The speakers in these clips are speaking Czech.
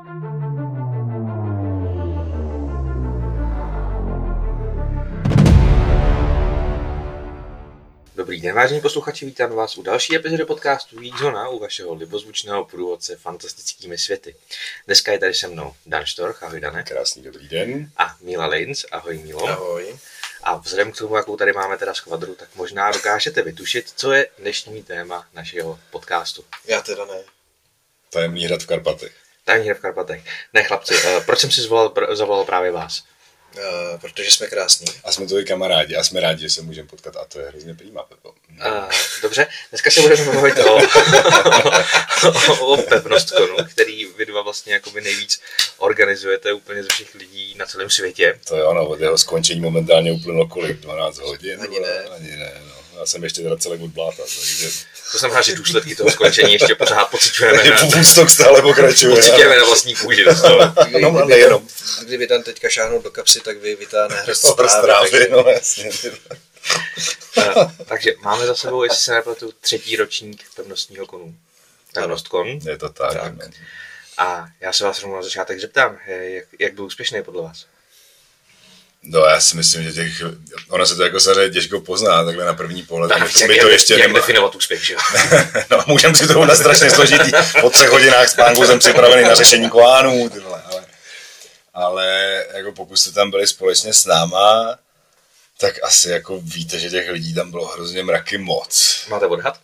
Dobrý den, vážení posluchači, vítám vás u další epizody podcastu Geek Zona, u vašeho libozvučného průvodce fantastickými světy. Dneska je tady se mnou Dan Štorch, ahoj Dane. Krásný dobrý den. A Míla Lejnc, ahoj Mílo. Ahoj. A vzhledem k tomu, jakou tady máme teda skvadru, tak možná dokážete vytušit, co je dnešní téma našeho podcastu. Já teda ne. Tajemný hrad v Karpatech. Tajemný hrad v Karpatech. Ne chlapci, proč jsem si zavolal právě vás? Protože jsme krásní. A jsme to i kamarádi a jsme rádi, že se můžeme potkat a to je hrozně prýma, Pepo. Dobře, dneska se budeme mluvit o PevnostConu, který vy dva vlastně jakoby nejvíc organizujete úplně ze všech lidí na celém světě. To jo, no, od jeho skončení momentálně uplynulo kolik? 12 hodin? Ani ne, no. Já jsem ještě teda celek od bláta, takže... To znamená, že důsledky toho skončení ještě pořád pocitujeme. Půstok stále pokračuje. Pocitujeme na vlastní kůži. No, nejenom. Kdyby tam teďka šáhnout do kapsy, tak vytáhne hrst strávy. No, jasně. Takže máme za sebou, jestli se nepletu, 3. ročník pevnostního konu. PevnostCon. Je to tak. A já se vás rovnou na začátek zeptám, jak byl úspěšný podle vás? No, já si myslím, že ono se to jako samozřejmě těžko pozná, takhle na první pohled. Jak definovat úspěch, že jo? No, můžeme si to na strašně složitý. Po 3 hodinách spánku jsem připravený na řešení koánů, ale jako pokud jste tam byli společně s náma, tak asi jako víte, že těch lidí tam bylo hrozně mraky moc. Máte odhad?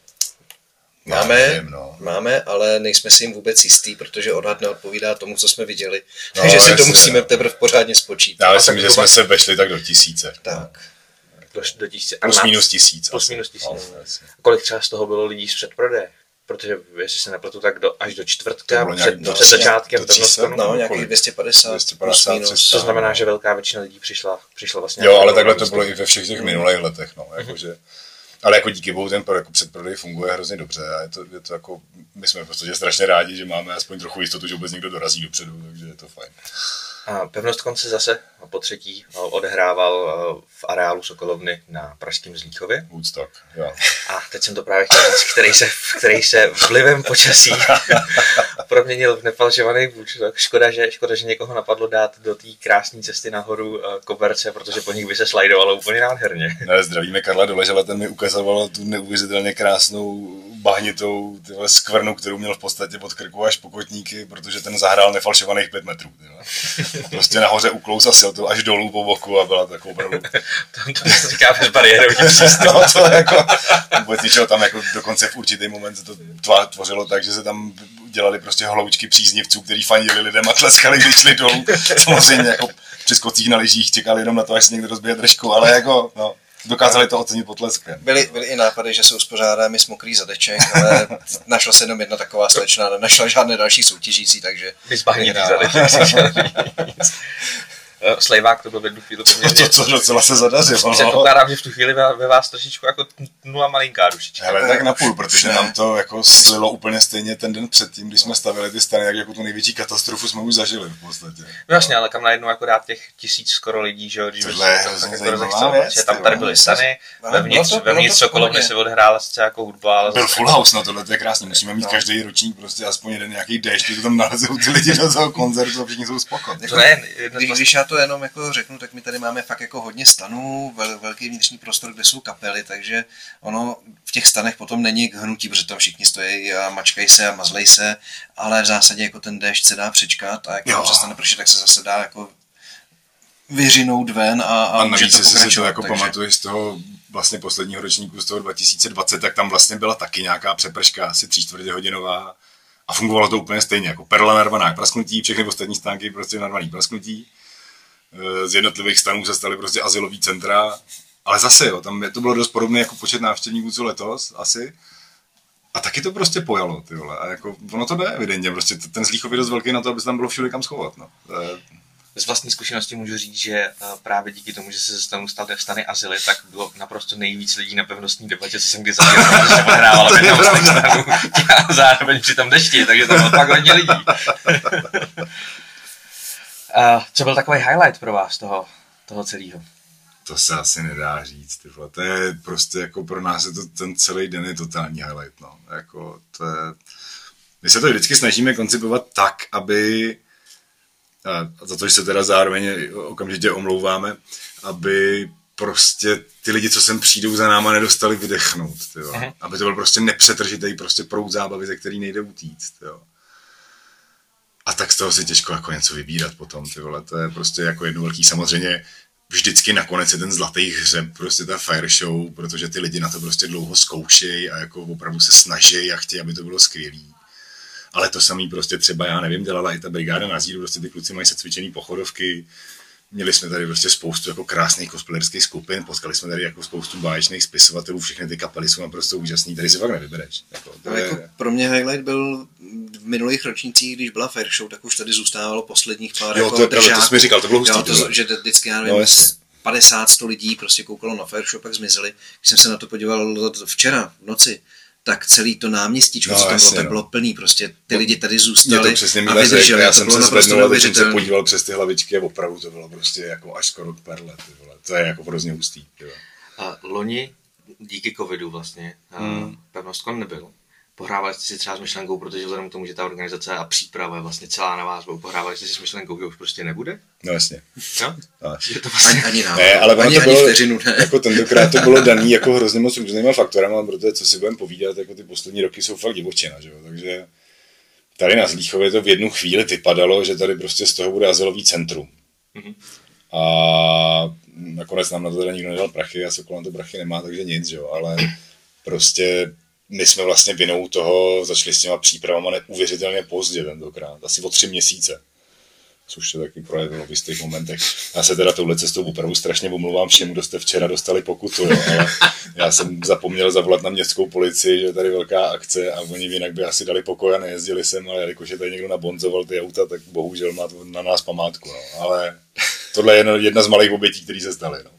Máme, ale nejsme si jim vůbec jistý, protože odhad neodpovídá tomu, co jsme viděli. Takže si to musíme teprve pořádně spočítat. Já myslím, že jsme se vešli tak do 1000. Tak. Do 1000. Plus minus 1000. Plus minus 1000. Kolik třeba z toho bylo lidí z předprodeje? Protože jestli se nepletu, tak až do čtvrtka, před začátkem PevnostConu. No, nějakých 250 plus minus. To znamená, že velká většina lidí přišla vlastně... Jo, ale takhle to bylo i ve všech těch minulých letech, no, jakože... Ale jako díky bohu ten jako předprodej funguje hrozně dobře a je to jako, my jsme prostě strašně rádi, že máme aspoň trochu jistotu, že vůbec někdo dorazí dopředu, takže je to fajn. A PevnostCon se zase po 3. odehrával v areálu Sokolovny na pražském Zlíchově. Woodstock, jo. A teď jsem to právě chtěl říct, který se vlivem počasí proměnil v nepalčovaný Woodstock. Škoda, že někoho napadlo dát do té krásné cesty nahoru koberce, protože po nich by se slajdovalo úplně nádherně. Ne, zdravíme Karla Doležela, ten mi ukazoval tu neuvěřitelně krásnou bahnitou skvrnu, kterou měl v podstatě pod krku až po kotníky, protože ten zahrál nefalšovaných 5 metrů. Prostě nahoře uklous a sil to až dolů po boku a byla takovou opravdu... to se říká bezbariérový přístup. No to jako vůbec ničeho, tam jako dokonce v určitý moment se to tvořilo tak, že se tam dělali prostě hloučky příznivců, kteří fandili lidem a tleskali, když šli dolů. Samozřejmě jako při skocích na lyžích čekali jenom na to, až se někdo rozbije držku, ale jako no, dokázali to ocenit potleskem. Byly i nápady, že se uspořádáme s mokrý zadeček, ale našla se jenom jedna taková slečna, nenašla žádné další soutěžící, takže... Vyzbahnitý zadeček. Slejvák to byl v jednu chvíli poměrně... To docela se zadařilo. Předpokládám, že v tu chvíli ve vás trošičku jako nula malinká dušička. Hele, tak napůl, protože nám to jako slilo úplně stejně ten den předtím, když jsme stavili ty stany, jak jako tu největší katastrofu jsme už zažili v podstatě. No jasně, ale kam najednou jako dát těch 1000 skoro lidí, že jo, když tohle je hrozně zajímavá věc. Tam tady byly stany, vevnitř Sokolovny se odhrála sice jako hudba, ale... Byl full house, no tohle to je krásný, musíme mít každý ročník prostě aspoň jeden nějaký déšť, kdy tam nalezou ty lidi do toho koncertu a všichni jsou spokojení. Když já to jenom jako řeknu, tak my tady máme fakt jako hodně stanů, velký vnitřní prostor, kde jsou kapely, takže ono v těch stanech potom není k hnutí, protože tam všichni stojí a mačkají se a mazlej se, ale v zásadě jako ten déšť se dá přečkat a jak přestane pršet, tak se zase dá jako vyřinout ven a může to pokračovat. Si to jako pamatuješ z toho vlastně posledního ročníku, z toho 2020, tak tam vlastně byla taky nějaká přeprška, asi 3/4 hodinová a fungovalo to úplně stejně, jako perla narvaná k prasknutí, všechny ostatní stánky prostě narvaný prasknutí. Z jednotlivých stanů se staly prostě azylový centra, ale zase jo, tam to bylo dost podobné jako počet návštěvníků co letos asi. A taky to prostě pojalo, ty vole. A jako ono to jde evidentně, prostě ten Zlíchov je dost velký na to, aby se tam bylo všude kam schovat, no. Z vlastní zkušenosti můžu říct, že právě díky tomu, že se ze stanu stany azyly, tak bylo naprosto nejvíc lidí na pevnostní debatě, co jsem kdy zažil, protože se odhrávala pevnostní stanu a zároveň při tom dešti, takže tam bylo fakt hodně lidí. Co byl takový highlight pro vás toho celého? To se asi nedá říct, ty vole. To je prostě jako pro nás je to, ten celý den je totální highlight, no. Jako to je, My se to vždycky snažíme koncipovat tak, aby, a za to, že se teda zároveň okamžitě omlouváme, aby prostě ty lidi, co sem přijdou za náma, nedostali vydechnout. Aby to byl prostě nepřetržitý prostě proud zábavy, ze který nejde utíct. A tak z toho si těžko jako něco vybírat potom. To je prostě jako jedno velký, samozřejmě vždycky nakonec je ten zlatý hřeb, prostě ta fire show, protože ty lidi na to prostě dlouho zkoušejí a jako opravdu se snaží a chtějí, aby to bylo skvělý. Ale to samý prostě třeba, já nevím, dělala i ta brigáda na Zíru, prostě ty kluci mají secvičený pochodovky, měli jsme tady prostě spoustu jako krásných cosplayerských skupin, potkali jsme tady jako spoustu báječných spisovatelů, všechny ty kapely jsou naprosto úžasný, tady si fakt nevybereš. Jako pro mě highlight byl v minulých ročnících, když byla fair show, tak už tady zůstávalo posledních pár jo, jako to je pravda, to jsi mi říkal, to bylo hustý. Jo, že vždycky, já nevím, 50-100 lidí prostě koukalo na fair show, pak zmizeli. Když jsem se na to podíval včera v noci, tak celý to náměstíčko, co tam bylo, tak bylo plný, prostě ty lidi tady zůstali a vydrželi. Já jsem se zvednul a jsem se podíval přes ty hlavičky a opravdu to bylo prostě jako až skoro k perle, to je jako hrozně hustý. A loni díky covidu vlastně PevnostCon nebyl. Pohrávali jste si třeba s myšlenkou, protože vzhledem k tomu, že ta organizace a příprava je vlastně celá na vás, pohrávali jste si s myšlenkou, že už prostě nebude? No jasně. No? Je to vlastně... Ani náhodou. Ne, ale ani to bylo, vteřinu ne. Jako tentokrát to bylo daný jako hrozně moc různýma faktorama, protože co si budeme povídat, jako ty poslední roky jsou fakt divočina, že jo, takže tady na Zlíchově to v jednu chvíli vypadalo, že tady prostě z toho bude azylový centrum. Mm-hmm. A nakonec nám na to teda nikdo nedal prachy a Sokol na to prachy nemá, takže nic, že jo, ale prostě my jsme vlastně vinou toho začali s těma přípravama neuvěřitelně pozdě tentokrát, asi o 3 měsíce. Což se taky projevilo v jistých momentech. Já se teda touhle cestou opravdu strašně omlouvám všem, kdo jste včera dostali pokutu, jo, ale já jsem zapomněl zavolat na městskou policii, že je tady velká akce a oni jinak by asi dali pokoj a nejezdili sem, ale jelikož je tady někdo nabonzoval ty auta, tak bohužel má to na nás památku, no. Ale tohle je jedna z malých obětí, které se staly. No.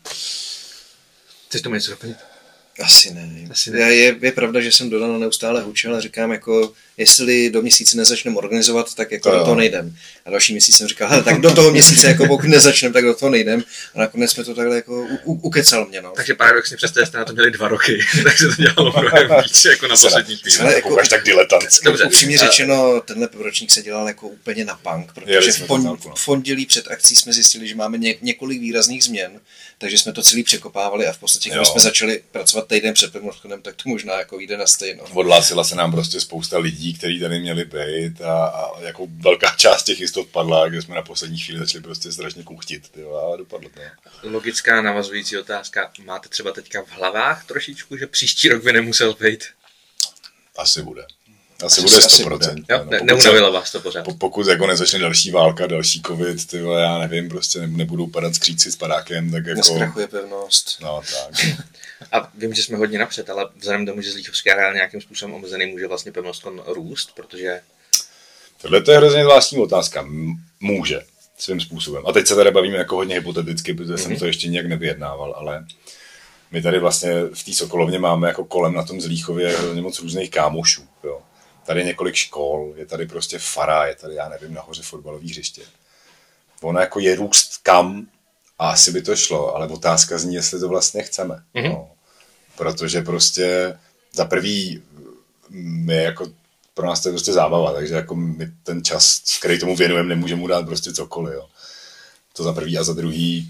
Chceš tomu něco doplnit? Asi ne. Je pravda, že jsem dodal neustále hučel a říkám, jako, jestli do měsíce nezačneme organizovat, tak jako do toho nejdem. A další měsíc jsem říkal, hele, tak do toho měsíce, jako pokud nezačneme, tak do toho nejdem. A nakonec jsme to takhle jako ukecal mě. No. Takže paradoxně přesto jste na to měli 2 roky, tak se to dělalo mnohem víc jako na poslední chvíli. Ale jako tak diletantsky. Upřímně řečeno, tenhle ročník se dělal jako úplně na punk, protože v pondělí před akcí jsme zjistili, že máme několik výrazných změn, takže jsme to celý překopávali a v podstatě, když jsme začali pracovat týden před PevnostConem, tak to možná jako jde na stejno. Odhlásila se nám prostě spousta lidí, kteří tady měli být a jako velká část těch jistot padla, kde jsme na poslední chvíli začali prostě strašně kuchtit, ale dopadlo to. Logická navazující otázka, máte třeba teďka v hlavách trošičku, že příští rok by nemusel být? Asi bude. Asi bude 100%. Neunavilo vás to pořád. Pokud jako nezačne další válka, další covid, já nevím, prostě nebudou padat skříci s padákem, tak jako... Neskrachuje pevnost. No tak. A vím, že jsme hodně napřed, ale vzhledem k tomu, že Zlíchovský areál nějakým způsobem omezený, může vlastně PevnostCon růst, protože... Tohle to je hrozně zvláštní otázka. Může svým způsobem. A teď se tady bavíme jako hodně hypoteticky, protože jsem to ještě nějak nevyjednával, ale my tady vlastně v té Sokolovně máme jako kolem na tom Zlíchově hrozně moc různých kámošů. Jo. Tady je několik škol, je tady prostě fara, je tady, já nevím, nahoře fotbalový hřiště. Ono jako je růst kam a asi by to šlo, ale otázka zní, jestli to vlastně chceme. No. Protože prostě za prvý my jako pro nás to je prostě zábava, takže jako my ten čas, který tomu věnujeme, nemůžeme mu dát prostě cokoliv. Jo. To za prvý a za druhý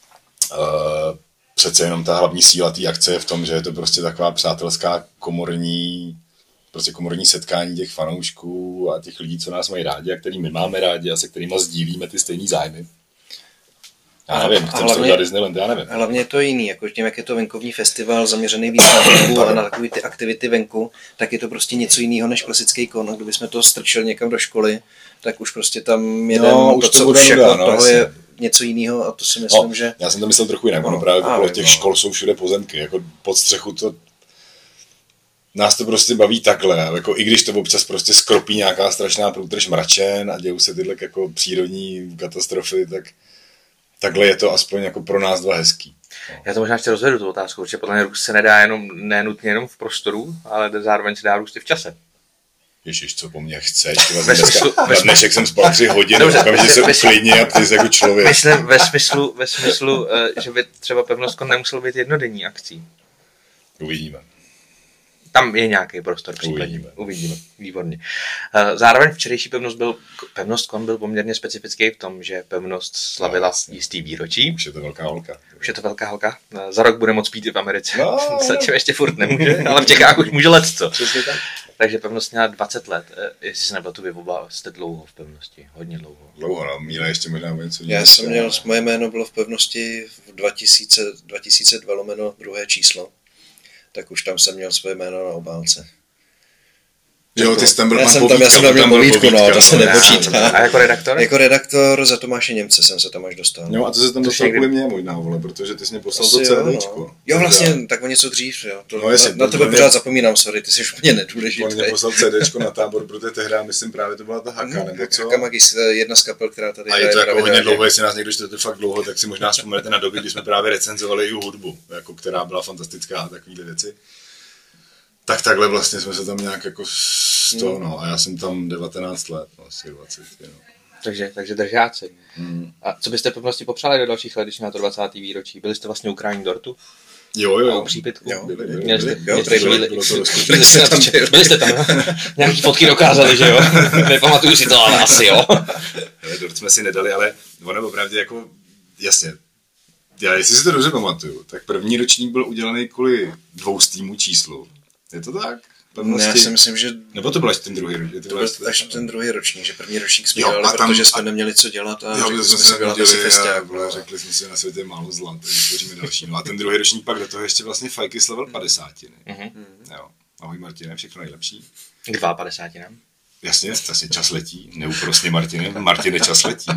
přece jenom ta hlavní síla té akce je v tom, že je to prostě taková přátelská komorní setkání těch fanoušků a těch lidí, co nás mají rádi a který my máme rádi a se kterými sdílíme ty stejný zájmy. Já nevím, chcem se udělat Disneyland, já nevím. Hlavně je to jiný, jako tím, jak je to venkovní festival zaměřený víc na venku a na takové ty aktivity venku, tak je to prostě něco jiného než klasický kon. Kdybychom to strčili někam do školy, tak už prostě tam jeden, už to bude jako toho je něco jiného a to si myslím, že... Já jsem to myslel trochu jinak, ono právě okolo těch škol jsou všude pozemky, jako pod střechu to... Nás to prostě baví takhle, jako i když to občas prostě skropí nějaká strašná průtrž mračen a dějou se tyhle jako přírodní katastrofy, tak takhle je to aspoň jako pro nás dva hezký. Já to možná ještě rozvedu tu otázku, protože podle mě růst se nedá nenutně jenom v prostoru, ale zároveň se dá růst i v čase. Ježiš, co po mně chceš? Na dnešek jsem spal 3 hodiny, že se uklidni a ty jsi jako člověk. Myslím ve smyslu, že by třeba PevnostCon nemuselo být jednodenní akcí. Uvidíme. tam je nějaký prostor případně. Uvidíme. Výborně. Zároveň včerejší pevnostkon byl poměrně specifický v tom, že pevnost slavila jistý výročí. Už je to velká holka. Za rok bude moc pít i v Americe. No. Zatím ještě furt nemůže, ale v Čechách už může lecco. Přesně tak. Takže pevnost měla 20 let. Jestli se nebyl, tu vy oba jste dlouho v pevnosti. Hodně dlouho. Dlouho, no. Míla ještě možná něco. Já jsem měl, moje jméno bylo v pevnosti v 2002 druhé číslo. Tak už tam jsem měl své jméno na obálce. Jo, ty jsi tam byl já jsem tam měl povídku, no, to se nepočítá. A jako redaktor? Jako redaktor za Tomáše Němce jsem se tam až dostal. No a to se tam dostal kvůli mě možná, vole, protože ty jsi mě poslal to CDčko. No. Jo, vlastně, tak o něco dřív, jo. To, na tebe pořád zapomínám, sorry, ty jsi úplně nedůležitý. On mě poslal CDčko na tábor, protože tehdy, myslím, právě to byla ta Haka, nebo co? Haka Magis, jedna z kapel, která tady a je to jako hodně dlouho, jestli nás někdo čtete fakt dlouho, tak si možná vzpomenete na doby, kdy jsme právě recenzovali i hudbu, jako, která byla fantastická a takovýhle věci. Tak takhle vlastně jsme se tam nějak jako z toho, no, a já jsem tam 19 let, asi 20, no. Takže držáci. A co byste pevnosti popřáli do dalších let, když na to 20. výročí? Byli jste vlastně u krajní dortu? Jo. U přípitku? Jo, byli jste tam, no? Nějaký fotky dokázali, že jo? Nepamatuju si to, ale asi jo. Dort jsme si nedali, ale ono opravdu jako, jasně, já jestli si to dobře pamatuju, tak první ročník byl udělaný kvůli 200. číslu. Je to tak? Ne, já si myslím, že... Nebo to byl až ten druhý ročník? To byl až ten druhý ročník, že první ročník jsme dělali, protože jsme neměli co dělat a řekli jsme si dělat asi festiák. Řekli jsme si, na světě je málo zla, takže vytvoříme další. No a ten druhý ročník pak do toho ještě vlastně Fajky slavil 50. Jo. Ahoj Martine, všechno nejlepší. K 52. Jasně, čas letí, neúprosně Martine, Martine čas letí.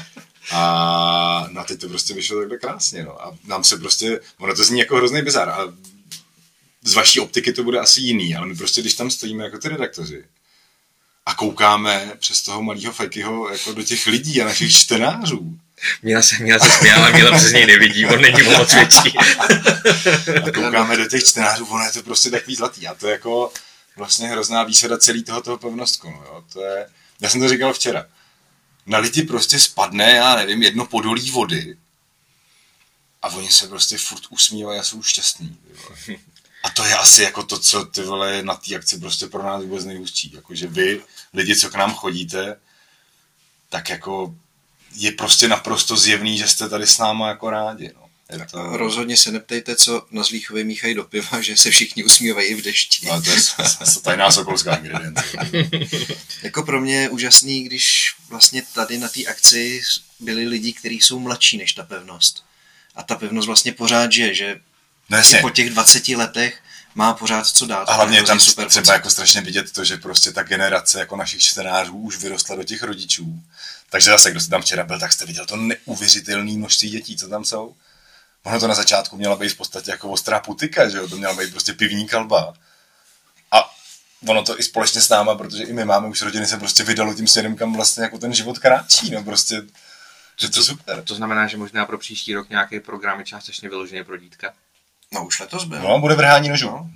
A na teď to prostě vyšlo takhle krásně, no. A nám se prostě, ono to zní jako hrozný bizar a z vaší optiky to bude asi jiný, ale my prostě, když tam stojíme jako ty redaktoři a koukáme přes toho malého Fajkyho jako do těch lidí a našich čtenářů. Míla se směla, Míla přes něj nevidí, on není moc větší. A koukáme do těch čtenářů, ono je to prostě takový zlatý a to je jako vlastně hrozná výsada celý toho pevnostkonu, jo. To je, já jsem to říkal včera. Na lidi prostě spadne, já nevím, jedno podolí vody a oni se prostě furt usmívají a jsou šťastní. A to je asi jako to, co ty vole na té akci prostě pro nás vůbec nejhustší. Jakože vy, lidi, co k nám chodíte, tak jako je prostě naprosto zjevný, že jste tady s náma jako rádi. No. To... Rozhodně se neptejte, co na Zlíchově míchají do piva, že se všichni usmívají i v dešti. No, to je tajná sokolská ingredience. Jako pro mě je úžasný, když vlastně tady na té akci byli lidi, kteří jsou mladší než ta pevnost. A ta pevnost vlastně pořád žije, že po těch 20 letech má pořád co dát. A hlavně je tam super třeba jako strašně vidět to, že prostě ta generace jako našich čtenářů už vyrostla do těch rodičů. Takže zase, kdo jsi tam včera byl, tak jste viděl to neuvěřitelné množství dětí, co tam jsou. Ono to na začátku měla být v podstatě jako ostrá putika, že jo? To měla být prostě pivní kalba. A ono to i společně s náma, protože i my máme už rodiny, se prostě vydalo tím směrem, kam vlastně jako ten život kráčí, no prostě. Že to super. To znamená, že možná pro příští rok nějaký program je částečně vyložený pro dítka? No už letos byl. No, bude vrhání nožů. No.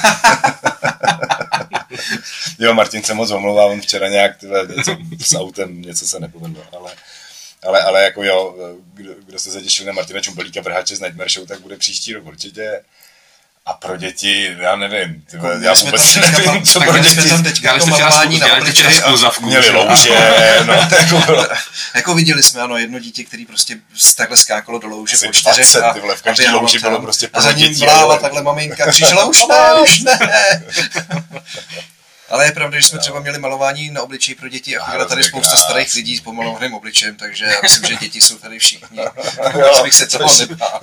Jo, Martin se moc omlouvá, on včera nějak něco s autem, něco se nepovedlo, ale jako jo, kdo se zatěšil na Martina Čumpelíka, vrhače z Nightmare Show, tak bude příští rok určitě. A pro děti, já nevím, já vůbec nevím, co pro děti. Tam teďka to malování na obličeji a měli louže, no. Jako viděli jsme, ano, jedno dítě, který prostě takhle skákalo do louže po 4 v každé louži bylo prostě a za ním blála takhle maminka, křičela už ne. Ale je pravda, že jsme třeba měli malování na obličeji pro děti a chodila tady spousta starých lidí s pomalovaným obličejem, takže já myslím, že děti jsou tady všichni. Já bych se toho nebál.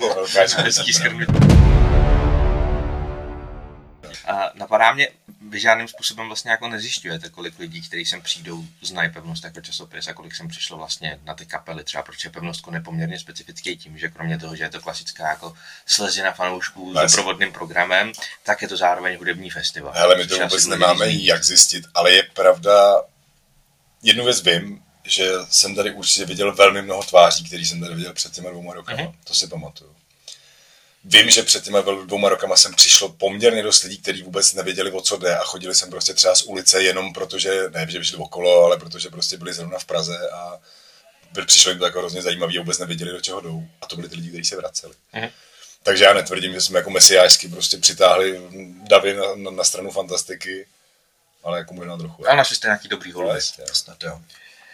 Napadá mě, vy žádným způsobem vlastně jako nezjišťujete, kolik lidí, kteří sem přijdou, znají pevnost jako časopis a kolik sem přišlo vlastně na ty kapely, třeba protože pevnostko je poměrně specifický tím, že kromě toho, že je to klasická jako slezina fanoušků s doprovodným programem, tak je to zároveň hudební festival. Ale my to vůbec nemáme jak zjistit, ale je pravda, jednu věc vím, že jsem tady určitě viděl velmi mnoho tváří, který jsem tady viděl před těma 2 rokama, to si pamatuju. Vím, že před těma 2 rokama jsem přišlo poměrně dost lidí, kteří vůbec nevěděli, o co jde a chodili jsem prostě třeba z ulice jenom protože, ne, že by šli okolo, ale protože prostě byli zrovna v Praze a přišlo jim to jako hrozně zajímavý a vůbec nevěděli, do čeho jdou. A to byli ty lidi, kteří se vraceli. Takže já netvrdím, že jsme jako mesiášsky prostě přitáhli davy na stranu fantastiky, ale jako možná trochu. Ale našli jste nějaký dobrý holuby. Snad jo.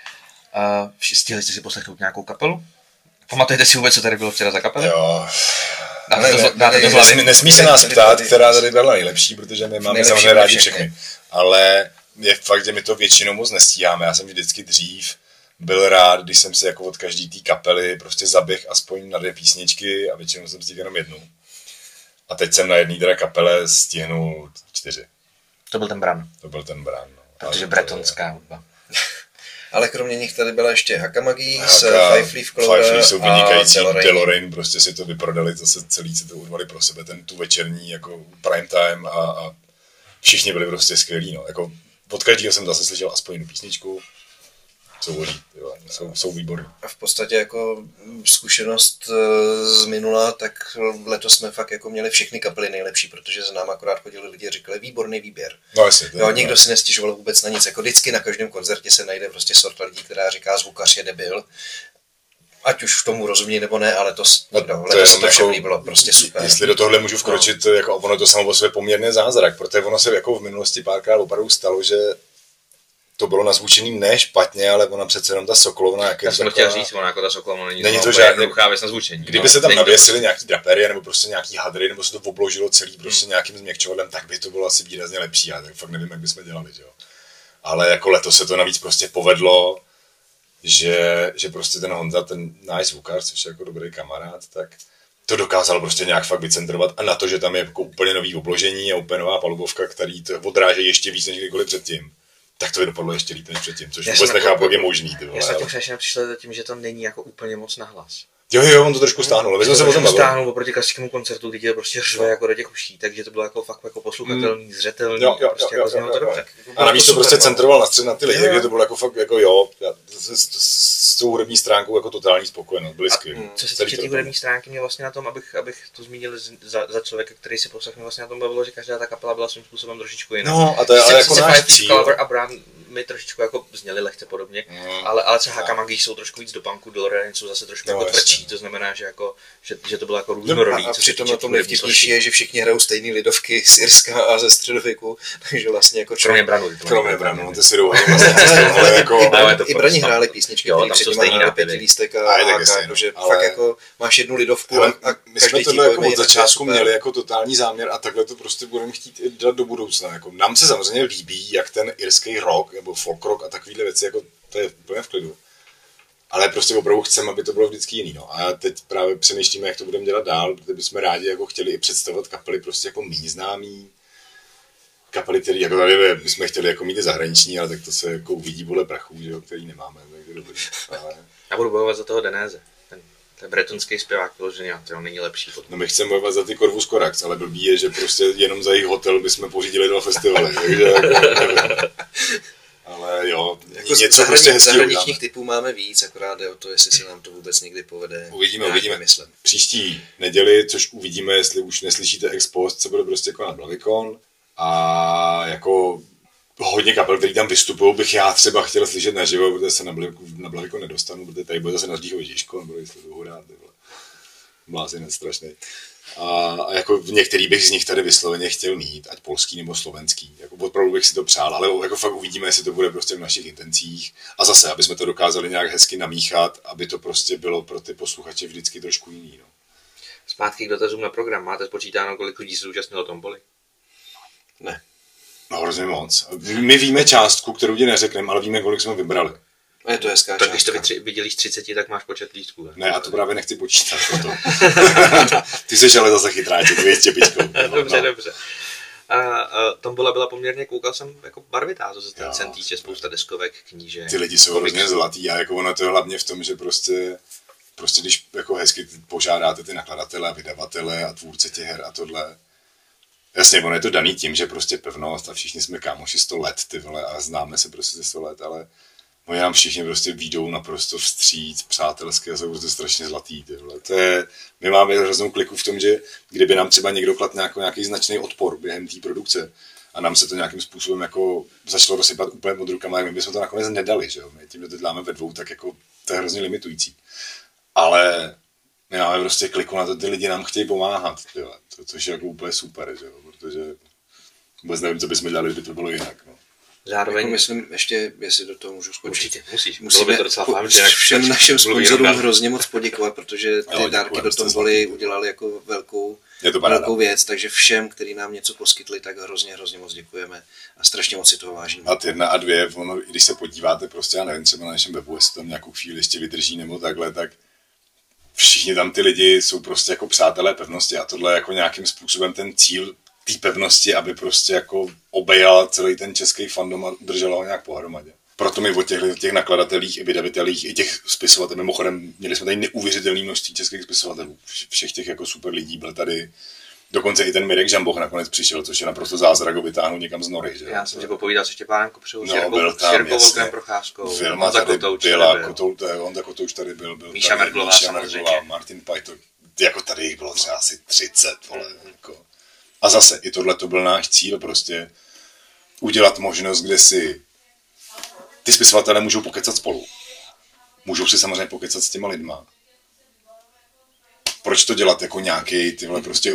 Stihli jste si poslechnout nějakou kapelu? Pamatujete si vůbec, co tady bylo včera za kapelu? Jo. Dáte do hlavy. Nesmí se nás ptát, která tady byla nejlepší, protože my máme samozřejmě rádi všechny. Ale je fakt, že my to většinou moc nestíháme. Já jsem vždycky dřív byl rád, když jsem si jako od každý té kapely prostě zaběh aspoň na 2 písničky a většinou jsem stihl jenom 1. A teď jsem na jedné teda kapele stihnul 4. To byl ten Bran. To byl ten Bran. No. Protože bretonská hudba. Ale kromě nich tady byla ještě Hakamagi s Five Leaf Clover. Five Leaf jsou vynikající, Delorraine. Delorraine prostě si to vyprodali, zase celý si to urvali pro sebe, tu večerní jako prime time a všichni byli prostě skvělí. No. Jako od každého jsem zase slyšel aspoň 1 písničku. Jsou volí, jsou výborní. A v podstatě jako zkušenost z minula, tak letos jsme fakt jako měli všechny kapely nejlepší, protože za námi akorát chodili lidi a říkali výborný výběr. No jasně. Jo, nikdo si nestěžoval vůbec na nic. Jako vždycky na každém koncertě se najde prostě sorta lidí, která říká zvukař je debil. Ať už v tomu rozumí nebo ne, ale letos se to všem líbilo, prostě super. Jestli do tohle můžu vkročit, jako ono to samo o sobě poměrně zázrak, protože ono se jako v minulosti párkrát opravdu stalo, že to bylo nazvučený ne špatně, ale ona přece jenom ta Sokolovna, jak je Já jsem chtěl říct, ona jako ta Sokolovna není to žádný jednoduchá věc na zvučení. Kdyby se tam navěsili nějaký draperie nebo prostě nějaký hadry, nebo se to obložilo celý prostě nějakým změkčovadlem, tak by to bylo asi výrazně lepší. Já tak fakt nevím, jak bychom dělali, jo. Ale jako letos se to navíc prostě povedlo, že prostě ten Honza, ten náš zvukař, což je jako dobrý kamarád, tak to dokázal prostě nějak fakt vycentrovat a na to, že tam je jako úplně nový obložení a úplně nová palubovka, který to odráží ještě víc než kdykoliv předtím. Tak to dopadlo ještě líp než předtím, což vůbec nechápu, jak je možný. Já jsem tím přešel přišel tím, že to není jako úplně moc nahlas. Jo, on to trošku stáhnul, ale jsme se potom bavili. Stáhnul oproti klasickému koncertu, kdy to prostě řve jako do těch uší, takže to bylo jako fakt jako posluchatelný, zřetelný, prostě jako znělo to dobře. A navíc to prostě centroval na střed na ty lidi, takže to bylo jako fakt jako jo, s tou hudební stránkou jako totální spokojenost, blízky. Co se týče té hudební stránky, mě vlastně na tom, abych to zmínil za člověka, který si poslechne, vlastně na tom bavilo, že každá ta kapela byla svým způsobem trošičku jiná. No, a to je ale jako náš cíl. Clover a Bran mi trošičku jako zněli lehce podobně, ale třeba Hakamagi jsou trošku víc do punku, Delorraine jsou zase trošku jako tvrdší, to znamená, že to bylo jako různorodý. A přitom na tom nejvtipnější je, že všichni hrajou stejné lidovky z Irska a ze středověku, takže vlastně jako kromě Branu, to si jdou ale jako i Brani hráli písničky, které předtím hráli 5 lístek a takže fakt jako máš 1 lidovku a my jsme tohle jako od začátku měli jako totální záměr a takhle to prostě budeme chtít dělat do budoucna. Jako nám se samozřejmě líbí, jak ten irský rock nebo folk rock a takovéhle věci, jako to je úplně v klidu. Ale prostě opravdu chceme, aby to bylo vždycky jiný. No. A teď právě přemýšlíme, jak to budeme dělat dál, protože bychom rádi jako chtěli i představovat kapely prostě jako méně známý. Kapely, které jako tady bychom chtěli jako mít zahraniční, ale tak to se jako uvidí podle prachů, že jo, který nemáme. Ale... Já budu bojovat za toho Denéze. Ten bretonský zpěvák vyložený, a to není lepší. No my chceme bojovat za ty Corvus Corax, ale blbý je, že prostě jenom za jejich hotel bychom pořídili 2 festivaly. Takže jako, ale jo, jako něco prostě hezkýho zahraničních typů máme víc, akorát jde o to, jestli se nám to vůbec někdy povede. Uvidíme. Příští neděli, což uvidíme, jestli už neslyšíte Expost, se bude prostě konat Blavikon a jako hodně kapel, který tam vystupují, bych já třeba chtěl slyšet naživo, protože se na Blavikon nedostanu, protože tady bude zase na Zdíchovi Žižko, nebo jestli to hrát, blázinec strašný. A jako některý bych z nich tady vysloveně chtěl mít, ať polský nebo slovenský. Jako opravdu bych si to přál, ale jako fakt uvidíme, jestli to bude prostě v našich intencích. A zase, aby jsme to dokázali nějak hezky namíchat, aby to prostě bylo pro ty posluchače vždycky trošku jiný. No. Zpátky k dotazům na program. Máte spočítáno, kolik lidí se zúčastnilo tomboly? Ne. No hrozně moc. My víme částku, kterou ti neřekneme, ale víme, kolik jsme vybrali. A je to hezká tak částka. Když to vydělíš 30, tak máš počet lístků. Ne, a to právě nechci počítat. Ty jsi ale zase chytráček, 200 pičkou. Dobře. A tombola byla poměrně, koukal jsem, jako barvitá, co se ten týče, spousta deskovek, knížek. Ty lidi jsou hrozně zlatý a jako ono to je hlavně v tom, že prostě když jako hezky požádáte ty nakladatele a vydavatele a tvůrce těch her a tohle. Jasně, ono je to daný tím, že prostě pevnost a všichni jsme kámoši 100 let, ty vole, a známe se prostě ze 100 let, ale oni nám všichni prostě výjdou naprosto vstříc, přátelské a jsou prostě strašně zlatý, ty vole. My máme hroznou kliku v tom, že kdyby nám třeba někdo kladl nějaký značný odpor během té produkce a nám se to nějakým způsobem jako začalo rozsypat úplně pod rukama, my bychom to nakonec nedali, že jo. My tím, že to děláme ve 2, tak jako to je hrozně limitující. Ale my máme prostě kliku na to, ty lidi nám chtějí pomáhat, tyhle, což je jako úplně super, že jo, protože vůbec nevím, co bychom dělali, kdyby to bylo jinak. No. Zároveň jako myslím, ještě, jestli do toho můžu skočit. Určitě, musíš. Musíme všem našim sponzorům hrozně moc poděkovat, protože ty dárky do Tomboly udělali jako velkou věc, takže všem, kteří nám něco poskytli, tak hrozně moc děkujeme a strašně moc si toho vážíme. A 1 a 2, ono, když se podíváte prostě, já nevím, třeba na našem webu, jestli tam nějakou chvíli ještě vydrží nebo takhle, tak všichni tam ty lidi jsou prostě jako přátelé pevnosti a tohle je jako nějakým způsobem ten cíl té pevnosti, aby prostě jako obejala celý ten český fandom a udržela ho nějak pohromadě. Proto my o těch nakladatelích i vydavitelích, i těch spisovatelů, mimochodem měli jsme tady neuvěřitelné množství českých spisovatelů, všech těch jako super lidí, byl tady dokonce i ten Mirek Žamboch nakonec přišel, což je naprosto zázrak, ho vytáhnout někam z nory. Že? Já jsem si popovídal se Štěpánem Kopřivou, s Jirkou Volkem Procházkou, Vilma tady byla, Honza Kotouč tady byl Míša Merglová samozřejmě. Martin Pajto, jako tady jich bylo třeba asi 30, vole, jako. A zase, i tohle to byl náš cíl, prostě udělat možnost, kde si ty spisovatelé můžou pokecat spolu. Můžou si samozřejmě pokecat s těma lidma. Proč to dělat jako nějaký tyhle prostě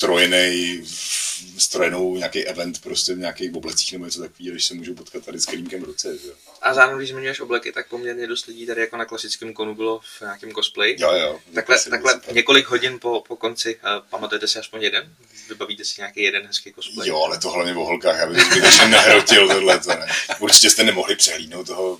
strojenou nějaký event prostě v nějakých oblecích nebo něco takového, když se můžou potkat tady s kelímkem v ruce. Že? A zároveň, když zmiňuješ obleky, tak poměrně dost lidí tady jako na klasickém konu bylo v nějakém cosplay. Jo. Takhle několik hodin po konci, pamatujete si aspoň jeden? Vybavíte si nějaký jeden hezký cosplay? Jo, ale to hlavně o holkách, aby zbytečně nehrotil tohle. Ne? Určitě jste nemohli přehlídnout toho.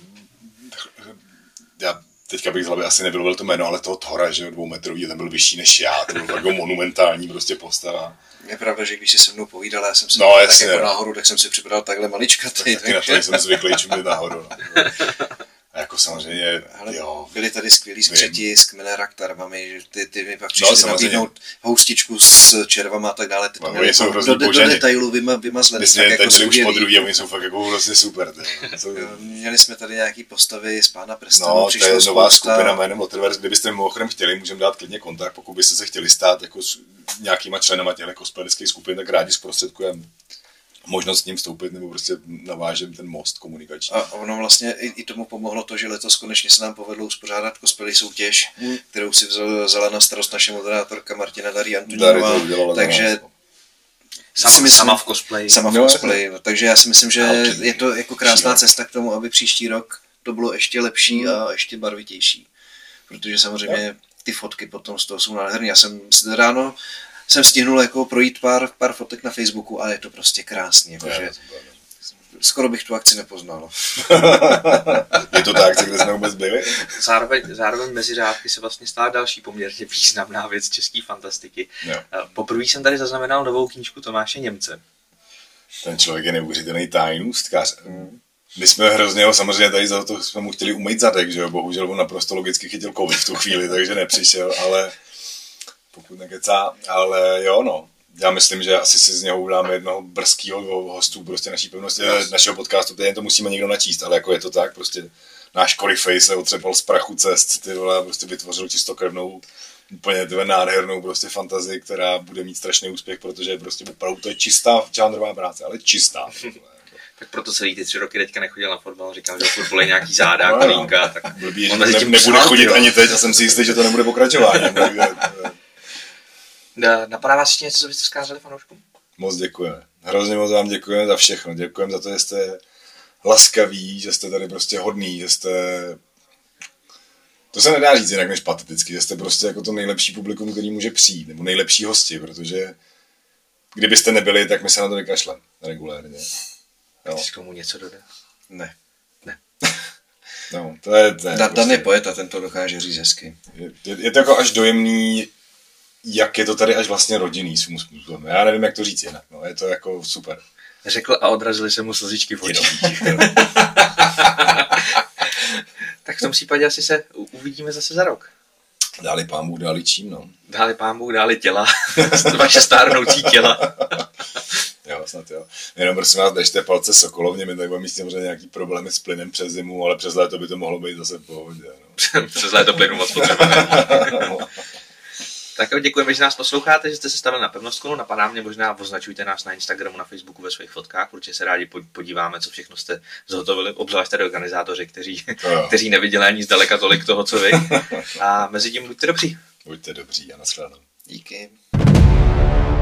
Já teďka bych z hlavy asi nebyl to jméno, ale toho Thora, že 2metrový, ten byl vyšší než já, to byl jako monumentální prostě postava. Je pravda, že když jsi se mnou povídal, já jsem se tak jako nahoru, tak jsem si připadal takhle maličkatý. Taky na to jsem zvyklý čumět nahoru. A jako samozřejmě, jo. Byli tady skvělí skřeti s kmeneraktarvami, ty mi pak přišli nabídnout houstičku s červama a tak dále. Ty to měli do detailu vymazlený. My jsme tady byli už po druhý a oni jsou fakt jako vlastně super. Měli jsme tady nějaký postavy z Pána prstenů. No, to je nová skupina jménem Otherverse, kdybyste mimochodem chtěli, můžeme dát klidně kontakt, pokud byste se chtěli stát jako s nějakýma členama těchto cosplayerských skupin, tak rádi zprostředkujeme možnost s ním vstoupit, nebo prostě navážem ten most komunikační. A ono vlastně i tomu pomohlo to, že letos konečně se nám povedlo uspořádat cosplay soutěž, kterou si vzala na starost naše moderátorka Martina Darí Antonínová, takže sama v cosplay. Takže já si myslím, že je to jako krásná cesta k tomu, aby příští rok to bylo ještě lepší a ještě barvitější. Protože samozřejmě ty fotky potom z toho jsou nádherné. Já jsem ráno stihnul jako projít pár fotek na Facebooku a je to prostě krásný. Jakože skoro bych tu akci nepoznal. Je to ta akce, kde jsme vůbec byli? Zároveň mezi řádky se vlastně stala další poměrně významná věc české fantastiky. Poprvé jsem tady zaznamenal novou knížku Tomáše Němce. Ten člověk je neuvěřitelný tajnůstkař. My jsme hrozně samozřejmě tady za to jsme mu chtěli umýt zadek, že jo? Bohužel on naprosto logicky chytil covid v tu chvíli, takže nepřišel, ale pokud nekecá, ale jo, no. Já myslím, že asi si z něho uděláme jednoho brzkýho hostu prostě naší pevnosti, našeho podcastu, teď to musíme někdo načíst, ale jako je to tak, prostě náš Corey se otřepal z prachu cest, ty vole, prostě vytvořil čistokrevnou, úplně nádhernou prostě fantazii, která bude mít strašný úspěch, protože prostě opravdu to je čistá žánrová práce, ale čistá. Tak proto celý ty 3 roky teďka nechodil na fotbal, říkal, že fotbal je nějaký záda, kolínka, tak blbý, on mezi tím nebude chodit ani teď a jsem si jistý, že to nebude pokračování. Napadá vás ještě něco, co byste vzkázali fanouškům? Moc děkujeme. Hrozně moc vám děkujeme za všechno. Děkujeme za to, že jste laskaví, že jste tady prostě hodný, že jste... To se nedá říct jinak než pateticky, že jste prostě jako to nejlepší publikum, který může přijít, nebo nejlepší hosti, protože kdybyste nebyli, tak my se na to vykašleme regulérně. Chceš k tomu něco dodat? Ne. No, to je Dan prostě... je poet a ten to dokáže říct hezky. Je to jako až dojemný, jak je to tady až vlastně rodinný svým způsobem. Já nevím, jak to říct jinak, no, je to jako super. Řekl a odrazily se mu slzičky v očích. Tak v tom případě asi se uvidíme zase za rok. Dáli pán Bůh, dáli čím, no. Dáli pán Bůh, dáli těla. Vaše stárnoucí těla. Jo, snad jo. Jenom prosím vás, držte palce Sokolovně, my tak budeme mít samozřejmě nějaký problémy s plynem přes zimu, ale přes léto by to mohlo být zase v pohodě. No. Přes léto plynu moc potřeba. Tak jo, děkujeme, že nás posloucháte, že jste se stavili na pevnostku. Napadá mě, možná označujte nás na Instagramu, na Facebooku ve svých fotkách. Určitě se rádi podíváme, co všechno jste zhotovili. Obzvlášť tady organizátoři, kteří neviděli ani zdaleka tolik toho, co vy. A mezi tím buďte dobří. Buďte dobří a nashledanou. Díky.